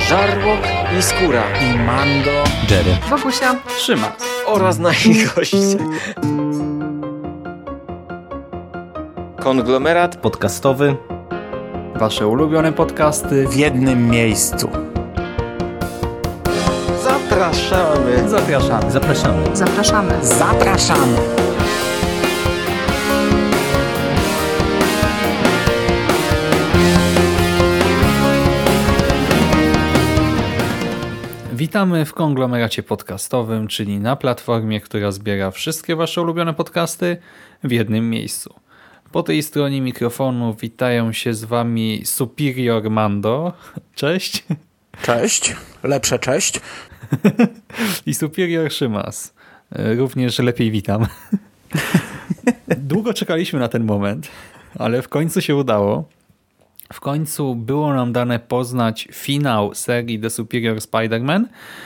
Żarłok i Skóra i Mando, Jerry, Wokusia, Szymas oraz nasi goście. Konglomerat podcastowy. Wasze ulubione podcasty w jednym miejscu. Zapraszamy. Zapraszamy. Zapraszamy. zapraszamy. Zapraszamy. Witamy w konglomeracie podcastowym, czyli na platformie, która zbiera wszystkie wasze ulubione podcasty w jednym miejscu. Po tej stronie mikrofonu witają się z wami Superior Mando. Cześć. Cześć. Lepsze cześć. I Superior Szymas. Również lepiej witam. Długo czekaliśmy na ten moment, ale w końcu się udało. W końcu było nam dane poznać finał serii The Superior Spider-Man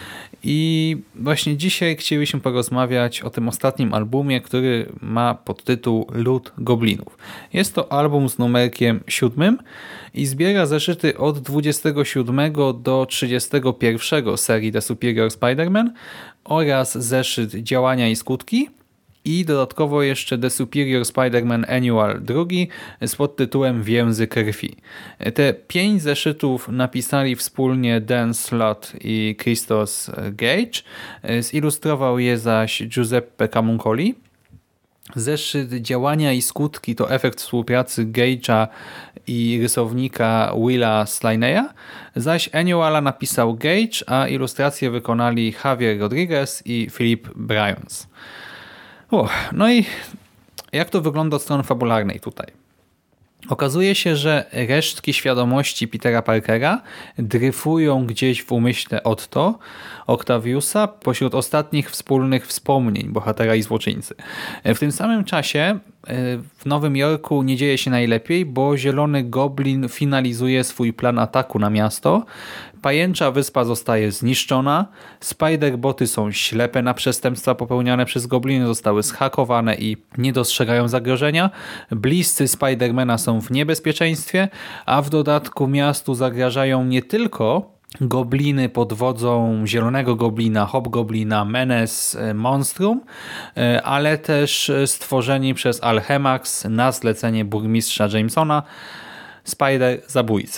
i właśnie dzisiaj chcielibyśmy porozmawiać o tym ostatnim albumie, który ma podtytuł Lud Goblinów. Jest to album z numerkiem 7 i zbiera zeszyty od 27 do 31 serii The Superior Spider-Man oraz zeszyt Działania i skutki i dodatkowo jeszcze The Superior Spider-Man Annual 2 z podtytułem Więzy krwi. Te 5 zeszytów napisali wspólnie Dan Slott i Christos Gage. Zilustrował je zaś Giuseppe Camuncoli. Zeszyt Działania i skutki to efekt współpracy Gage'a i rysownika Willa Slineya, zaś Annuala napisał Gage, a ilustracje wykonali Javier Rodriguez i Philip Bryans. No i jak to wygląda od strony fabularnej tutaj? Okazuje się, że resztki świadomości Petera Parkera dryfują gdzieś w umyśle Otto Octaviusa pośród ostatnich wspólnych wspomnień bohatera i złoczyńcy. W tym samym czasie w Nowym Jorku nie dzieje się najlepiej, bo Zielony Goblin finalizuje swój plan ataku na miasto. Pajęcza wyspa zostaje zniszczona, Spider-Boty są ślepe na przestępstwa popełniane przez gobliny, zostały zhakowane i nie dostrzegają zagrożenia. Bliscy Spidermana są w niebezpieczeństwie, a w dodatku miastu zagrażają nie tylko gobliny pod wodzą Zielonego Goblina, Hobgoblina, Menes, Monstrum, ale też stworzeni przez Alchemax na zlecenie burmistrza Jamesona Spider-Zabójcy.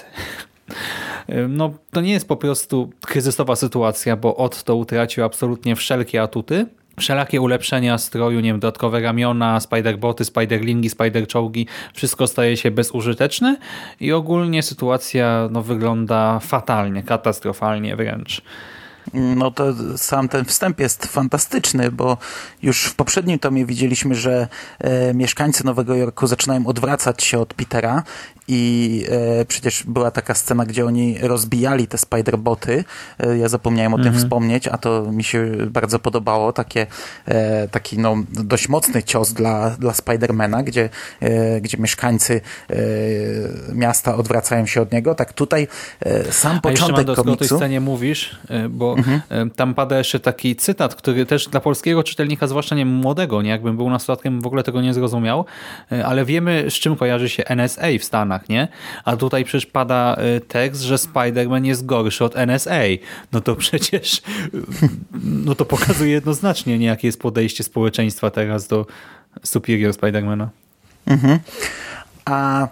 No, to nie jest po prostu kryzysowa sytuacja, bo Otto utracił absolutnie wszelkie atuty. Wszelakie ulepszenia stroju, nie wiem, dodatkowe ramiona, Spider-Boty, Spider-Lingi, Spider-czołgi, wszystko staje się bezużyteczne i ogólnie sytuacja wygląda fatalnie, katastrofalnie wręcz. No to sam ten wstęp jest fantastyczny, bo już w poprzednim tomie widzieliśmy, że mieszkańcy Nowego Jorku zaczynają odwracać się od Petera i przecież była taka scena, gdzie oni rozbijali te Spider-Boty. Ja zapomniałem o tym wspomnieć, a to mi się bardzo podobało. Taki dość mocny cios dla Spidermana, gdzie mieszkańcy miasta odwracają się od niego. Tak tutaj sam początek komiksu. O tej scenie mówisz, bo tam pada jeszcze taki cytat, który też dla polskiego czytelnika, zwłaszcza nie młodego, nie, jakbym był nastolatkiem, w ogóle tego nie zrozumiał, ale wiemy, z czym kojarzy się NSA w Stanach, nie? A tutaj przecież pada tekst, że Spider-Man jest gorszy od NSA. No to przecież to pokazuje jednoznacznie, nie, jakie jest podejście społeczeństwa teraz do Superior Spider-Mana. A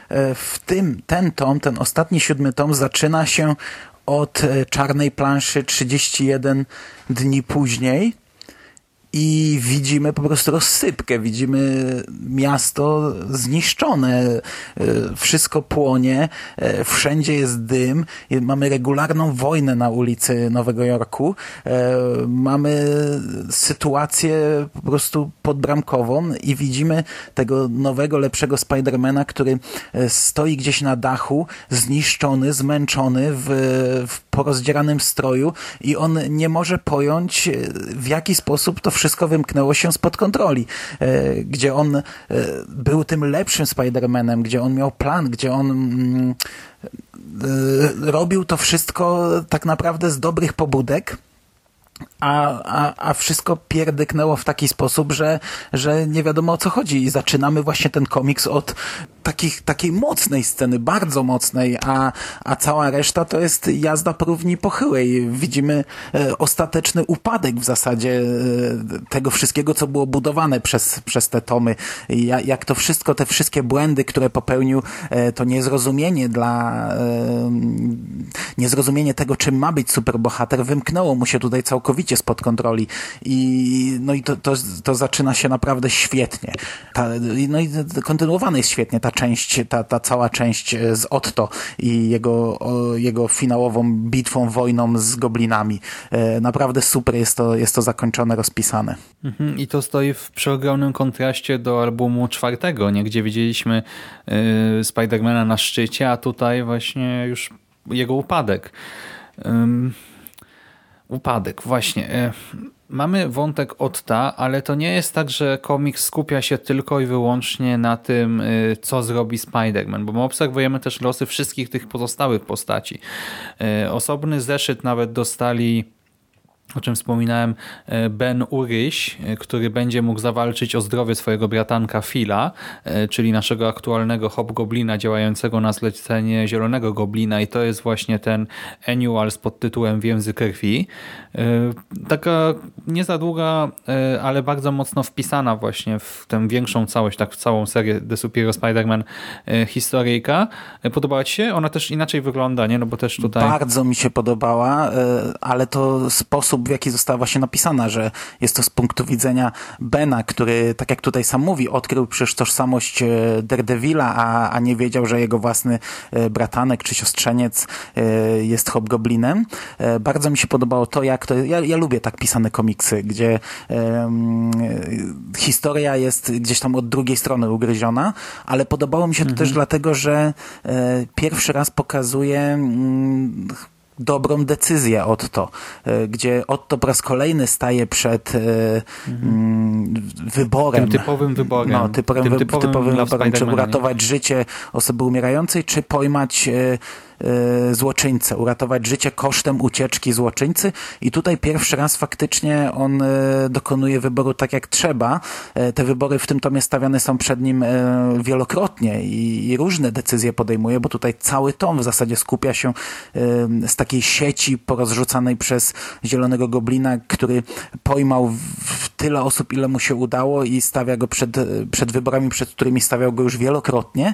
ten ostatni 7 tom zaczyna się od czarnej planszy 31 dni później i widzimy po prostu rozsypkę, widzimy miasto zniszczone, wszystko płonie, wszędzie jest dym, mamy regularną wojnę na ulicy Nowego Jorku, mamy sytuację po prostu podbramkową i widzimy tego nowego, lepszego Spidermana, który stoi gdzieś na dachu, zniszczony, zmęczony, w porozdzieranym stroju i on nie może pojąć, w jaki sposób to wszystko wymknęło się spod kontroli, gdzie on był tym lepszym Spider-Manem, gdzie on miał plan, gdzie on robił to wszystko tak naprawdę z dobrych pobudek, a wszystko pierdyknęło w taki sposób, że nie wiadomo o co chodzi i zaczynamy właśnie ten komiks od takiej mocnej sceny, bardzo mocnej, a cała reszta to jest jazda po równi pochyłej. Widzimy ostateczny upadek w zasadzie tego wszystkiego, co było budowane przez te tomy. Jak to wszystko, te wszystkie błędy, które popełnił, to niezrozumienie tego, czym ma być superbohater, wymknęło mu się tutaj całkowicie spod kontroli i to zaczyna się naprawdę świetnie. No i kontynuowane jest świetnie ta cała część z Otto i jego finałową bitwą, wojną z goblinami. Naprawdę super jest to zakończone, rozpisane. I to stoi w przeogromnym kontraście do albumu 4, nie? Gdzie widzieliśmy Spidermana na szczycie, a tutaj właśnie już jego upadek. Upadek, właśnie. Mamy wątek Otta, ale to nie jest tak, że komiks skupia się tylko i wyłącznie na tym, co zrobi Spider-Man, bo my obserwujemy też losy wszystkich tych pozostałych postaci. Osobny zeszyt nawet dostali, o czym wspominałem, Ben Urich, który będzie mógł zawalczyć o zdrowie swojego bratanka Phila, czyli naszego aktualnego Hobgoblina działającego na zlecenie Zielonego Goblina i to jest właśnie ten annual z podtytułem Więzy krwi. Taka nie za długa, ale bardzo mocno wpisana właśnie w tę większą całość, tak w całą serię The Superior Spider-Man historyjka. Podobała ci się? Ona też inaczej wygląda, nie? No bo też tutaj... Bardzo mi się podobała, ale to sposób, w jaki została właśnie napisana, że jest to z punktu widzenia Bena, który, tak jak tutaj sam mówi, odkrył przecież tożsamość Daredevila, a nie wiedział, że jego własny bratanek czy siostrzeniec jest Hobgoblinem. Bardzo mi się podobało to, jak to... Ja lubię tak pisane komiksy, gdzie historia jest gdzieś tam od drugiej strony ugryziona, ale podobało mi się to też dlatego, że pierwszy raz pokazuje dobrą decyzję Otto, gdzie Otto po raz kolejny staje przed wyborem. Tym typowym wyborem. No, typowym wyborem, czy uratować życie osoby umierającej, czy pojmać złoczyńcę, uratować życie kosztem ucieczki złoczyńcy i tutaj pierwszy raz faktycznie on dokonuje wyboru tak jak trzeba. Te wybory w tym tomie stawiane są przed nim wielokrotnie i różne decyzje podejmuje, bo tutaj cały tom w zasadzie skupia się z takiej sieci porozrzucanej przez Zielonego Goblina, który pojmał tyle osób, ile mu się udało i stawia go przed wyborami, przed którymi stawiał go już wielokrotnie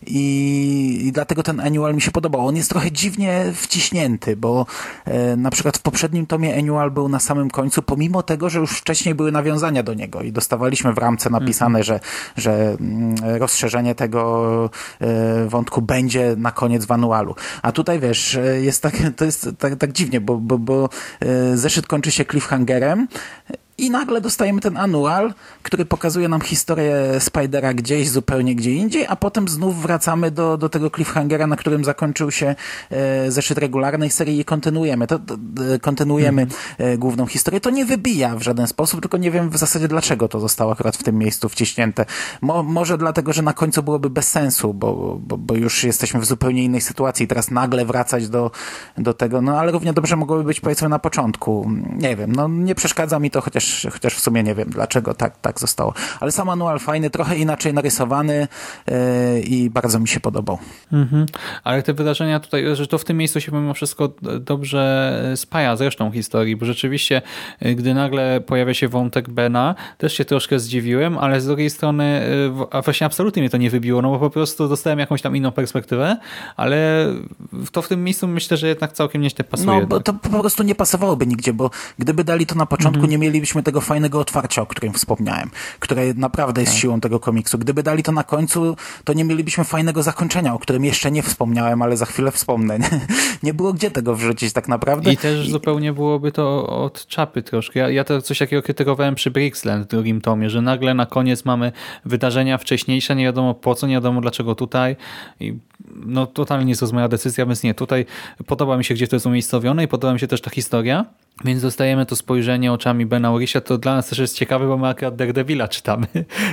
i dlatego ten annual mi się podobał. On jest trochę dziwnie wciśnięty, bo na przykład w poprzednim tomie annual był na samym końcu, pomimo tego, że już wcześniej były nawiązania do niego i dostawaliśmy w ramce napisane, że rozszerzenie tego wątku będzie na koniec w annualu. A tutaj wiesz, to jest tak dziwnie, bo zeszyt kończy się cliffhangerem i nagle dostajemy ten annual, który pokazuje nam historię Spidera gdzieś, zupełnie gdzie indziej, a potem znów wracamy do tego cliffhangera, na którym zakończył się zeszyt regularnej serii i kontynuujemy główną historię. To nie wybija w żaden sposób, tylko nie wiem w zasadzie dlaczego to zostało akurat w tym miejscu wciśnięte. Może dlatego, że na końcu byłoby bez sensu, bo już jesteśmy w zupełnie innej sytuacji i teraz nagle wracać do tego, no ale równie dobrze mogłoby być powiedzmy na początku. Nie wiem, no nie przeszkadza mi to, chociaż w sumie nie wiem, dlaczego tak zostało. Ale sam manual fajny, trochę inaczej narysowany i bardzo mi się podobał. Ale te wydarzenia tutaj, że to w tym miejscu się mimo wszystko dobrze spaja z resztą historii, bo rzeczywiście, gdy nagle pojawia się wątek Bena, też się troszkę zdziwiłem, ale z drugiej strony a właśnie absolutnie mnie to nie wybiło, no bo po prostu dostałem jakąś tam inną perspektywę, ale to w tym miejscu myślę, że jednak całkiem nieźle pasuje. No, bo to po prostu nie pasowałoby nigdzie, bo gdyby dali to na początku, nie mielibyśmy tego fajnego otwarcia, o którym wspomniałem, które naprawdę jest siłą tego komiksu. Gdyby dali to na końcu, to nie mielibyśmy fajnego zakończenia, o którym jeszcze nie wspomniałem, ale za chwilę wspomnę. Nie było gdzie tego wrzucić tak naprawdę. I też zupełnie byłoby to od czapy troszkę. Ja to coś takiego krytykowałem przy Brixland w drugim tomie, że nagle na koniec mamy wydarzenia wcześniejsze, nie wiadomo po co, nie wiadomo dlaczego tutaj. I no totalnie niezrozumiała decyzja, więc nie. Tutaj podoba mi się, gdzie to jest umiejscowione i podoba mi się też ta historia, więc dostajemy to spojrzenie oczami Bena Urisia. To dla nas też jest ciekawe, bo my akurat Daredevila czytamy.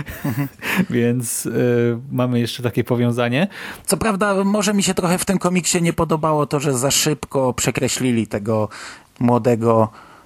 Więc mamy jeszcze takie powiązanie. Co prawda może mi się trochę w tym komiksie nie podobało to, że za szybko przekreślili tego młodego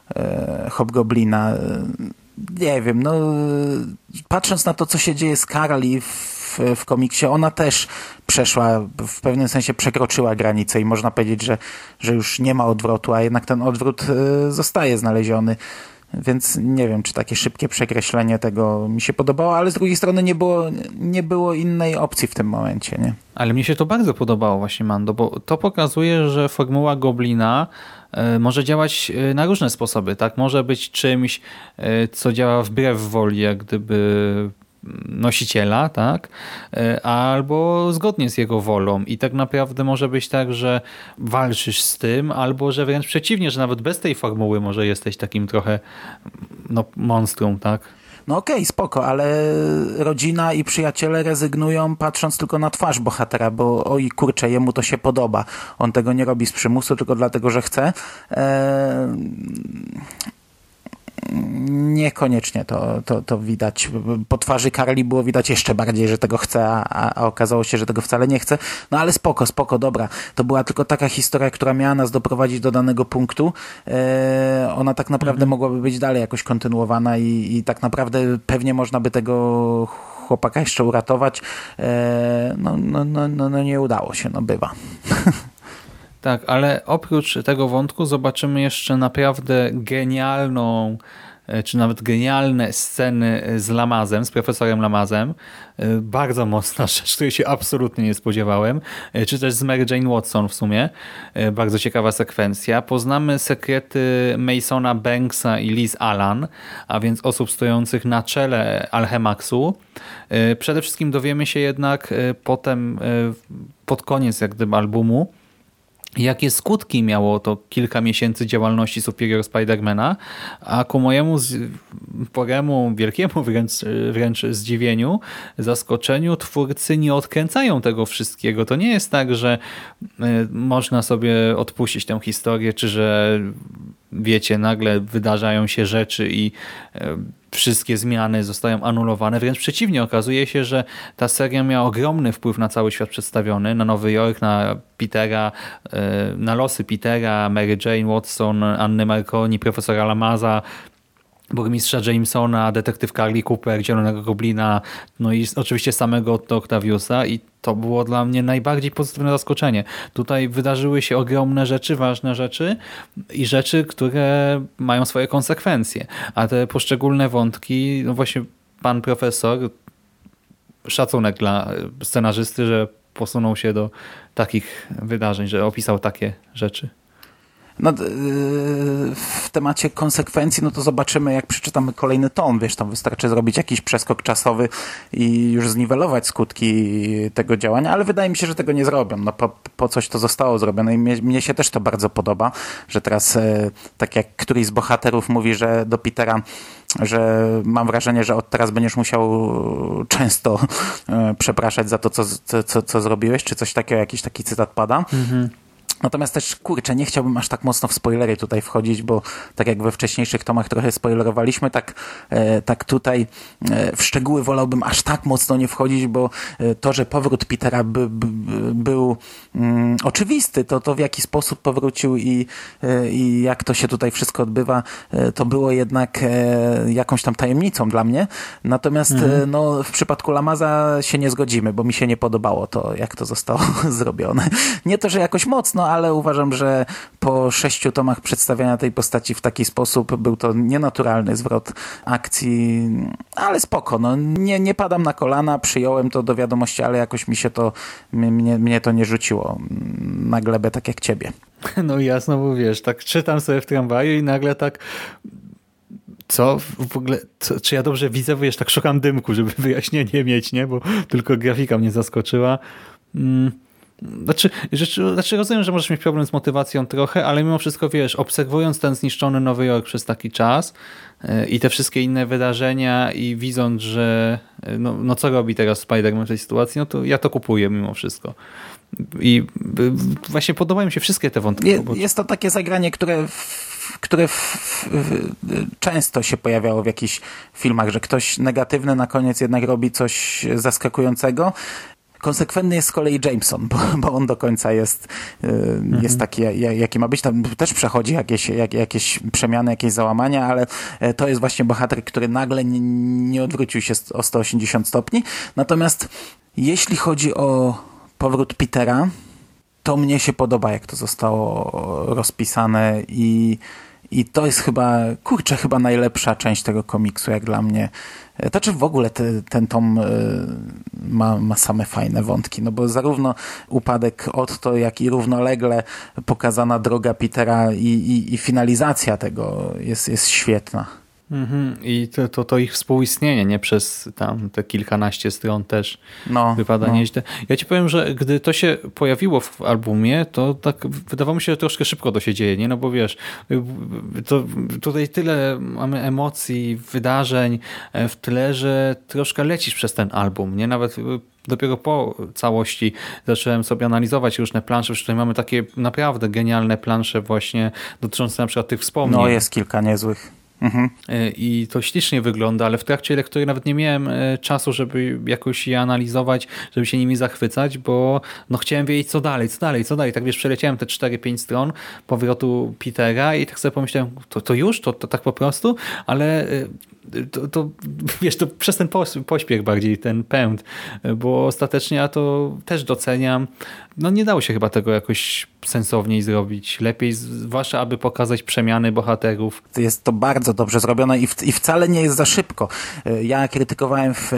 Hobgoblina. Nie wiem, no patrząc na to, co się dzieje z Carly w komiksie, ona też przeszła, w pewnym sensie przekroczyła granicę i można powiedzieć, że już nie ma odwrotu, a jednak ten odwrót zostaje znaleziony. Więc nie wiem, czy takie szybkie przekreślenie tego mi się podobało, ale z drugiej strony nie było innej opcji w tym momencie, nie? Ale mnie się to bardzo podobało właśnie, Mando, bo to pokazuje, że formuła Goblina może działać na różne sposoby, tak? Może być czymś, co działa wbrew woli, jak gdyby nosiciela, tak? Albo zgodnie z jego wolą i tak naprawdę może być tak, że walczysz z tym, albo że wręcz przeciwnie, że nawet bez tej formuły może jesteś takim trochę monstrum, tak? No okej, spoko, ale rodzina i przyjaciele rezygnują patrząc tylko na twarz bohatera, bo oj kurczę, jemu to się podoba. On tego nie robi z przymusu, tylko dlatego, że chce. Niekoniecznie to widać. Po twarzy Carly było widać jeszcze bardziej, że tego chce, a okazało się, że tego wcale nie chce. No ale spoko, dobra. To była tylko taka historia, która miała nas doprowadzić do danego punktu. Ona tak naprawdę mogłaby być dalej jakoś kontynuowana i tak naprawdę pewnie można by tego chłopaka jeszcze uratować. No nie udało się, no bywa. Tak, ale oprócz tego wątku zobaczymy jeszcze naprawdę genialną, czy nawet genialne sceny z Lamazem, z profesorem Lamazem. Bardzo mocna rzecz, której się absolutnie nie spodziewałem. Czy też z Mary Jane Watson w sumie. Bardzo ciekawa sekwencja. Poznamy sekrety Masona Banksa i Liz Allan, a więc osób stojących na czele Alchemaxu. Przede wszystkim dowiemy się jednak potem, pod koniec jak gdyby albumu, jakie skutki miało to kilka miesięcy działalności Superior Spider-Mana, a ku mojemu sporemu, wielkiemu wręcz zdziwieniu, zaskoczeniu, twórcy nie odkręcają tego wszystkiego. To nie jest tak, że można sobie odpuścić tę historię, czy że wiecie, nagle wydarzają się rzeczy i wszystkie zmiany zostają anulowane. Wręcz przeciwnie, okazuje się, że ta seria miała ogromny wpływ na cały świat przedstawiony, na Nowy Jork, na Petera, na losy Petera, Mary Jane Watson, Anny Marconi, profesora Lamaza, burmistrza Jamesona, detektyw Carly Cooper, Zielonego Goblina, no i oczywiście samego Otto Octaviusa i to było dla mnie najbardziej pozytywne zaskoczenie. Tutaj wydarzyły się ogromne rzeczy, ważne rzeczy i rzeczy, które mają swoje konsekwencje. A te poszczególne wątki, no właśnie pan profesor, szacunek dla scenarzysty, że posunął się do takich wydarzeń, że opisał takie rzeczy. No, w temacie konsekwencji, no to zobaczymy, jak przeczytamy kolejny tom, wiesz, tam wystarczy zrobić jakiś przeskok czasowy i już zniwelować skutki tego działania, ale wydaje mi się, że tego nie zrobią. No po coś to zostało zrobione i mnie się też to bardzo podoba, że teraz tak jak któryś z bohaterów mówi, że do Petera, że mam wrażenie, że od teraz będziesz musiał często przepraszać za to, co zrobiłeś, czy coś takiego, jakiś taki cytat pada. Natomiast też, kurczę, nie chciałbym aż tak mocno w spoilery tutaj wchodzić, bo tak jak we wcześniejszych tomach trochę spoilerowaliśmy, tak tutaj w szczegóły wolałbym aż tak mocno nie wchodzić, bo to, że powrót Petera był oczywisty, to w jaki sposób powrócił i jak to się tutaj wszystko odbywa, to było jednak jakąś tam tajemnicą dla mnie. Natomiast no, w przypadku Lamaza się nie zgodzimy, bo mi się nie podobało to, jak to zostało zrobione. Nie to, że jakoś mocno, ale uważam, że po 6 tomach przedstawiania tej postaci w taki sposób był to nienaturalny zwrot akcji, ale spoko, no nie padam na kolana, przyjąłem to do wiadomości, ale jakoś mi się to, mnie to nie rzuciło na glebę tak jak ciebie. No i ja znowu, wiesz, tak czytam sobie w tramwaju i nagle tak co w ogóle, czy ja dobrze widzę, wiesz, tak szukam dymku, żeby wyjaśnienie mieć, nie, bo tylko grafika mnie zaskoczyła. Znaczy rozumiem, że możesz mieć problem z motywacją trochę, ale mimo wszystko, wiesz, obserwując ten zniszczony Nowy Jork przez taki czas i te wszystkie inne wydarzenia i widząc, że no co robi teraz Spider-Man w tej sytuacji, no to ja to kupuję mimo wszystko. I właśnie podobają mi się wszystkie te wątki. Jest to takie zagranie, które często się pojawiało w jakichś filmach, że ktoś negatywny na koniec jednak robi coś zaskakującego. Konsekwentny jest z kolei Jameson, bo on do końca jest taki, jaki ma być. Tam też przechodzi jakieś przemiany, jakieś załamania, ale to jest właśnie bohater, który nagle nie odwrócił się o 180 stopni. Natomiast jeśli chodzi o powrót Petera, to mnie się podoba, jak to zostało rozpisane i to jest chyba najlepsza część tego komiksu, jak dla mnie. To czy w ogóle ten tom ma same fajne wątki, no bo zarówno upadek Otto, jak i równolegle pokazana droga Petera i finalizacja tego jest świetna. I to ich współistnienie, nie przez tam te kilkanaście stron też wypada nieźle. Ja ci powiem, że gdy to się pojawiło w albumie, to tak wydawało mi się, że troszkę szybko to się dzieje, nie? No bo wiesz, tutaj tyle mamy emocji, wydarzeń w tle, że troszkę lecisz przez ten album, nie? Nawet dopiero po całości zacząłem sobie analizować różne plansze, przecież tutaj mamy takie naprawdę genialne plansze właśnie dotyczące na przykład tych wspomnień. No jest kilka niezłych. I to ślicznie wygląda, ale w trakcie lektury nawet nie miałem czasu, żeby jakoś je analizować, żeby się nimi zachwycać, bo chciałem wiedzieć co dalej. Tak wiesz, przeleciałem te 4-5 stron powrotu Petera i tak sobie pomyślałem, to już? To tak po prostu? Ale to wiesz, to przez ten pośpiech bardziej, ten pęd, bo ostatecznie ja to też doceniam. No nie dało się chyba tego jakoś sensowniej zrobić. Lepiej, zwłaszcza aby pokazać przemiany bohaterów. Jest to bardzo dobrze zrobione i wcale nie jest za szybko. Ja krytykowałem w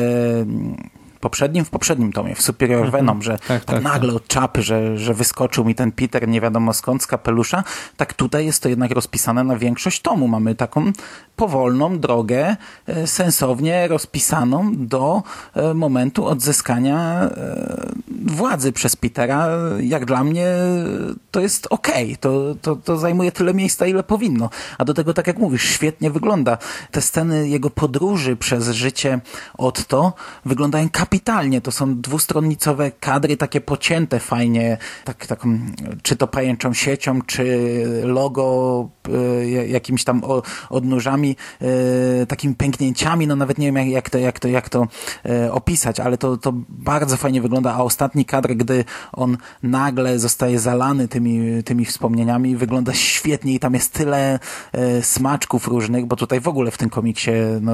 poprzednim tomie, w Superior Venom, że tak nagle od czapy, że wyskoczył mi ten Peter nie wiadomo skąd z kapelusza. Tak tutaj jest to jednak rozpisane na większość tomu. Mamy taką powolną drogę, sensownie rozpisaną do momentu odzyskania władzy przez Petera. Jak dla mnie to jest okej. To zajmuje tyle miejsca, ile powinno. A do tego, tak jak mówisz, świetnie wygląda. Te sceny jego podróży przez życie Otto wyglądają kapitalnie. To są dwustronnicowe kadry, takie pocięte fajnie, taką, czy to pajęczą siecią, czy logo jakimiś tam odnóżami, takimi pęknięciami, no nawet nie wiem jak to opisać, ale to bardzo fajnie wygląda, a ostatni kadr, gdy on nagle zostaje zalany tymi wspomnieniami, wygląda świetnie i tam jest tyle smaczków różnych, bo tutaj w ogóle w tym komiksie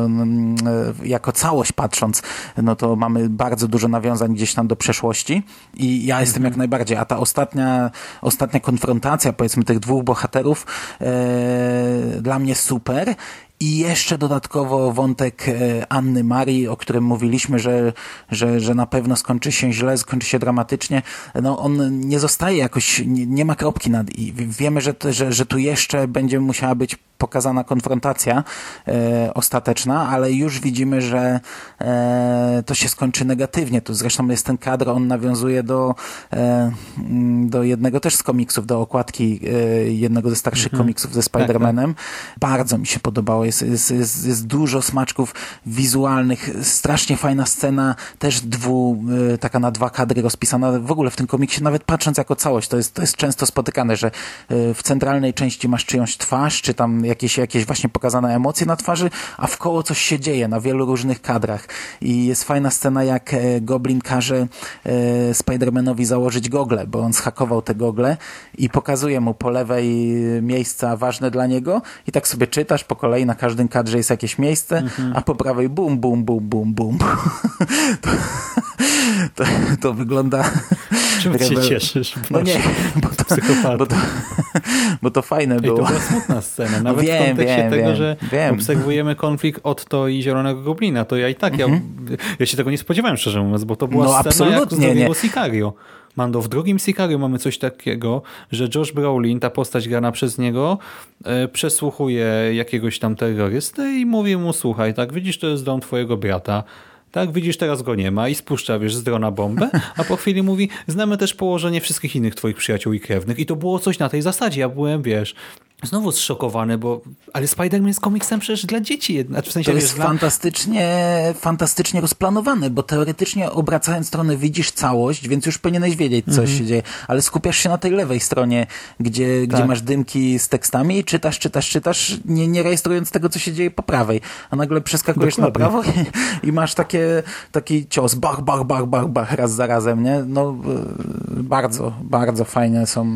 jako całość patrząc, no to mamy bardzo dużo nawiązań gdzieś tam do przeszłości i ja jestem jak najbardziej, a ta ostatnia konfrontacja, powiedzmy, tych dwóch bohaterów dla mnie super. I jeszcze dodatkowo wątek Anny Marii, o którym mówiliśmy, że na pewno skończy się źle, skończy się dramatycznie. No on nie zostaje jakoś, nie ma kropki nad i. Wiemy, że tu jeszcze będzie musiała być pokazana konfrontacja ostateczna, ale już widzimy, że to się skończy negatywnie. Tu zresztą jest ten kadr, on nawiązuje do jednego też z komiksów, do okładki jednego ze starszych komiksów ze Spider-Manem. Bardzo mi się podobało. Jest dużo smaczków wizualnych, strasznie fajna scena, też taka na 2 kadry rozpisana. W ogóle w tym komiksie, nawet patrząc jako całość, to jest często spotykane, że w centralnej części masz czyjąś twarz, czy tam jakieś właśnie pokazane emocje na twarzy, a w koło coś się dzieje na wielu różnych kadrach. I jest fajna scena, jak Goblin każe Spider-Manowi założyć gogle, bo on zhakował te gogle i pokazuje mu po lewej miejsca ważne dla niego i tak sobie czytasz po kolei, na każdym kadrze jest jakieś miejsce, a po prawej bum, bum, bum, bum, bum. To wygląda... Czym się cieszysz? No nie, bo to fajne było. To była smutna scena. Nawet w kontekście tego, że obserwujemy konflikt Otto i Zielonego Goblina, to ja i tak, ja się tego nie spodziewałem, szczerze mówiąc, bo to była scena jak z drugiego Sicario. Mando, w drugim Sicario mamy coś takiego, że Josh Brolin, ta postać grana przez niego, przesłuchuje jakiegoś tam terrorystę i mówi mu, słuchaj, tak, widzisz, to jest dom twojego brata, tak, widzisz, teraz go nie ma i spuszcza, wiesz, z drona bombę, a po chwili mówi, znamy też położenie wszystkich innych twoich przyjaciół i krewnych i to było coś na tej zasadzie. Ja byłem, wiesz, znowu zszokowany, ale Spider-Man jest komiksem przecież dla dzieci jednak. W sensie, To jest fantastycznie rozplanowane, bo teoretycznie obracając stronę widzisz całość, więc już powinieneś wiedzieć, co się dzieje, ale skupiasz się na tej lewej stronie, gdzie masz dymki z tekstami i czytasz, nie rejestrując tego, co się dzieje po prawej, a nagle przeskakujesz na prawo i masz taki cios, bach, bach, bach, bach, bach, raz za razem, nie? No, bardzo, bardzo fajne są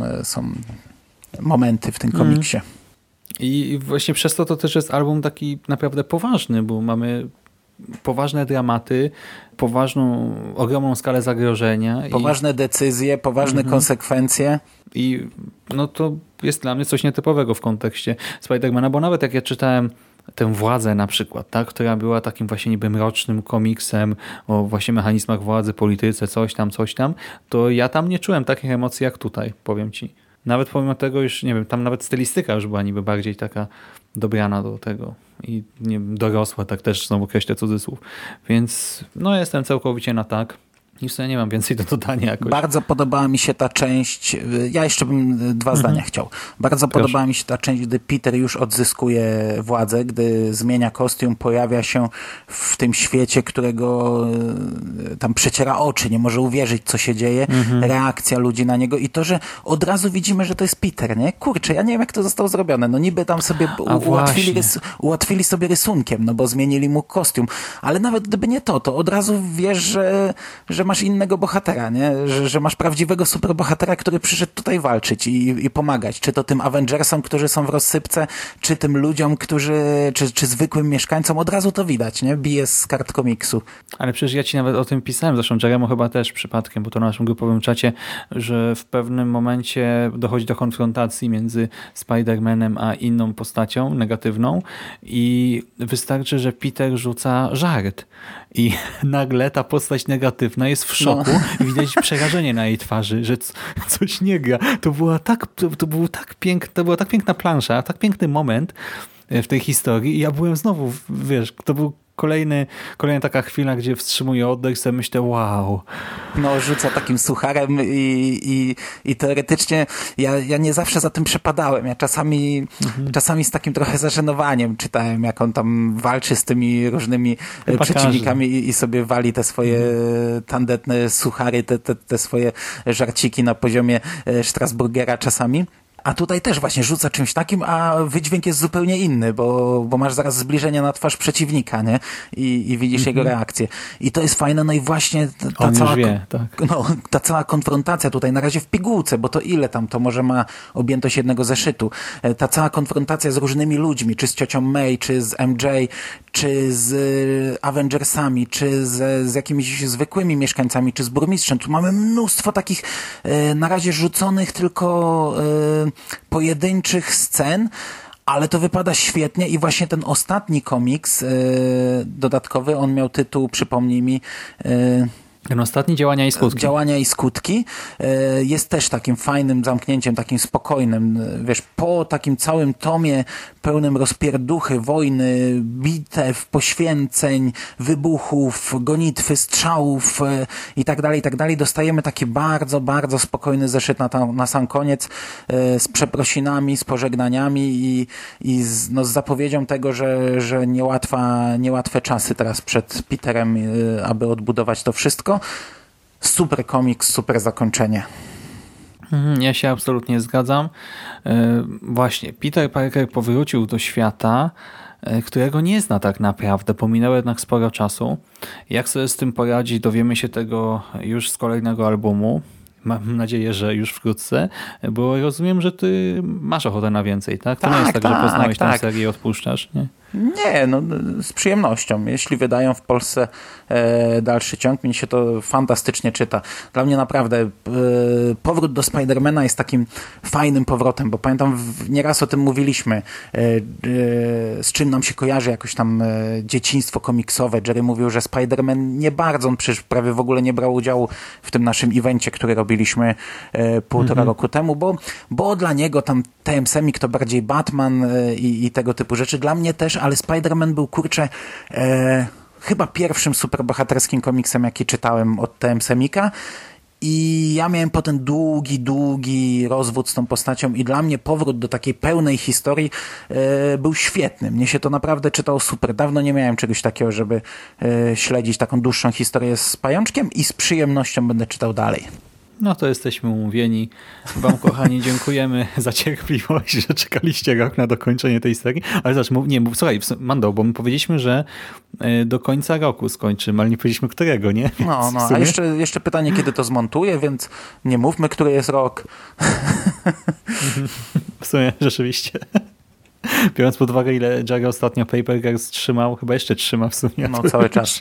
momenty w tym komiksie. I właśnie przez to też jest album taki naprawdę poważny, bo mamy poważne dramaty, poważną, ogromną skalę zagrożenia. Poważne decyzje, poważne konsekwencje. I no to jest dla mnie coś nietypowego w kontekście Spidermana, bo nawet jak ja czytałem tę Władzę na przykład, tak, która była takim właśnie niby mrocznym komiksem o właśnie mechanizmach władzy, polityce, coś tam, to ja tam nie czułem takich emocji jak tutaj, powiem ci. Nawet pomimo tego już, nie wiem, tam nawet stylistyka już była niby bardziej taka dobrana do tego i nie wiem, dorosła, tak też znowu kreślę cudzysłów. Więc no jestem całkowicie na tak. I w sumie nie mam więcej do dodania jakoś. Bardzo podobała mi się ta część, ja jeszcze bym dwa zdania chciał. Bardzo podobała mi się ta część, gdy Peter już odzyskuje władzę, gdy zmienia kostium, pojawia się w tym świecie, którego tam przeciera oczy, nie może uwierzyć, co się dzieje, reakcja ludzi na niego i to, że od razu widzimy, że to jest Peter, nie? Kurczę, ja nie wiem, jak to zostało zrobione. No niby tam sobie ułatwili sobie rysunkiem, no bo zmienili mu kostium, ale nawet gdyby nie to od razu wiesz, że masz innego bohatera, nie? Że masz prawdziwego superbohatera, który przyszedł tutaj walczyć i pomagać. Czy to tym Avengersom, którzy są w rozsypce, czy tym ludziom, czy zwykłym mieszkańcom. Od razu to widać, nie? Bije z kart komiksu. Ale przecież ja ci nawet o tym pisałem, zresztą Jeremu chyba też przypadkiem, bo to na naszym grupowym czacie, że w pewnym momencie dochodzi do konfrontacji między Spider-Manem a inną postacią negatywną i wystarczy, że Peter rzuca żart i nagle ta postać negatywna jest w szoku i widać przerażenie na jej twarzy, że coś nie gra. To była tak piękna plansza, tak piękny moment w tej historii i ja byłem znowu, wiesz, to był kolejna taka chwila, gdzie wstrzymuję oddech i sobie myślę, wow. No, rzuca takim sucharem i teoretycznie ja nie zawsze za tym przepadałem. Ja czasami z takim trochę zażenowaniem czytałem, jak on tam walczy z tymi różnymi przeciwnikami i sobie wali te swoje tandetne suchary, te swoje żarciki na poziomie Strasburgera czasami. A tutaj też właśnie rzuca czymś takim, a wydźwięk jest zupełnie inny, bo masz zaraz zbliżenie na twarz przeciwnika, nie? I widzisz jego reakcję. I to jest fajne, no i właśnie ta cała konfrontacja tutaj, na razie w pigułce, bo to ile tam, to może ma objętość jednego zeszytu. Ta cała konfrontacja z różnymi ludźmi, czy z ciocią May, czy z MJ, czy z Avengersami, czy z jakimiś zwykłymi mieszkańcami, czy z burmistrzem. Tu mamy mnóstwo takich na razie rzuconych tylko pojedynczych scen, ale to wypada świetnie i właśnie ten ostatni komiks dodatkowy, on miał tytuł, przypomnij mi, ten ostatni Działania i skutki. Działania i skutki jest też takim fajnym zamknięciem, takim spokojnym. Wiesz, po takim całym tomie pełnym rozpierduchy, wojny, bitew, poświęceń, wybuchów, gonitwy, strzałów i tak dalej, dostajemy taki bardzo, bardzo spokojny zeszyt na sam koniec z przeprosinami, z pożegnaniami i z zapowiedzią tego, że niełatwe czasy teraz przed Peterem, aby odbudować to wszystko. Super komiks, super zakończenie. Ja się absolutnie zgadzam. Właśnie, Peter Parker powrócił do świata, którego nie zna tak naprawdę. Pominęło jednak sporo czasu. Jak sobie z tym poradzi, dowiemy się tego już z kolejnego albumu. Mam nadzieję, że już wkrótce, bo rozumiem, że ty masz ochotę na więcej, tak? To nie jest tak, że poznałeś tę serię i odpuszczasz, nie? Nie, no z przyjemnością. Jeśli wydają w Polsce dalszy ciąg, mi się to fantastycznie czyta. Dla mnie naprawdę powrót do Spidermana jest takim fajnym powrotem, bo pamiętam, nieraz o tym mówiliśmy, z czym nam się kojarzy jakoś tam dzieciństwo komiksowe. Jerry mówił, że Spiderman nie bardzo, on przecież prawie w ogóle nie brał udziału w tym naszym evencie, który robiliśmy półtora roku temu, bo dla niego tam TM Semik to bardziej Batman i tego typu rzeczy. Dla mnie też, ale Spider-Man był, kurczę, chyba pierwszym superbohaterskim komiksem, jaki czytałem od TM Semika I ja miałem potem długi rozwód z tą postacią i dla mnie powrót do takiej pełnej historii był świetny. Mnie się to naprawdę czytało super. Dawno nie miałem czegoś takiego, żeby śledzić taką dłuższą historię z Pajączkiem i z przyjemnością będę czytał dalej. No to jesteśmy umówieni. Wam, kochani, dziękujemy za cierpliwość, że czekaliście rok na dokończenie tej serii. Ale zobacz, słuchaj, Mando, bo my powiedzieliśmy, że do końca roku skończymy, ale nie powiedzieliśmy którego, nie? No, a jeszcze pytanie, kiedy to zmontuję, więc nie mówmy, który jest rok. W sumie, rzeczywiście. Biorąc pod uwagę, ile Jerry ostatnio Paper Girls trzymał, chyba jeszcze trzyma w sumie. No, cały czas.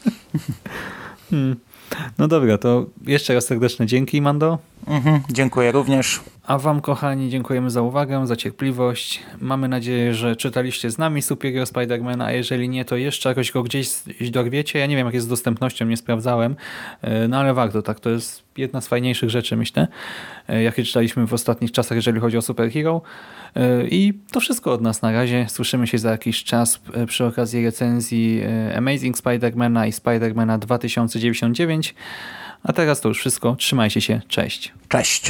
No dobra, to jeszcze raz serdeczne dzięki, Mando. Dziękuję również. A wam, kochani, dziękujemy za uwagę, za cierpliwość. Mamy nadzieję, że czytaliście z nami Superior Spider-Mana, a jeżeli nie, to jeszcze jakoś go gdzieś dorwiecie. Ja nie wiem, jak jest z dostępnością, nie sprawdzałem, no ale warto, tak, to jest jedna z fajniejszych rzeczy, myślę, jakie czytaliśmy w ostatnich czasach, jeżeli chodzi o superhero. I to wszystko od nas na razie. Słyszymy się za jakiś czas przy okazji recenzji Amazing Spider-Mana i Spider-Mana 2099. A teraz to już wszystko. Trzymajcie się. Cześć. Cześć.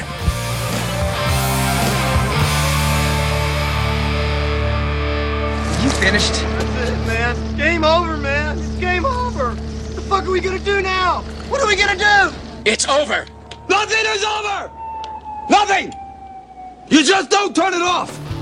You finished? That's it, man. Game over, man. It's game over. What the fuck are we gonna do now? What are we gonna do? It's over! Nothing is over! Nothing! You just don't turn it off!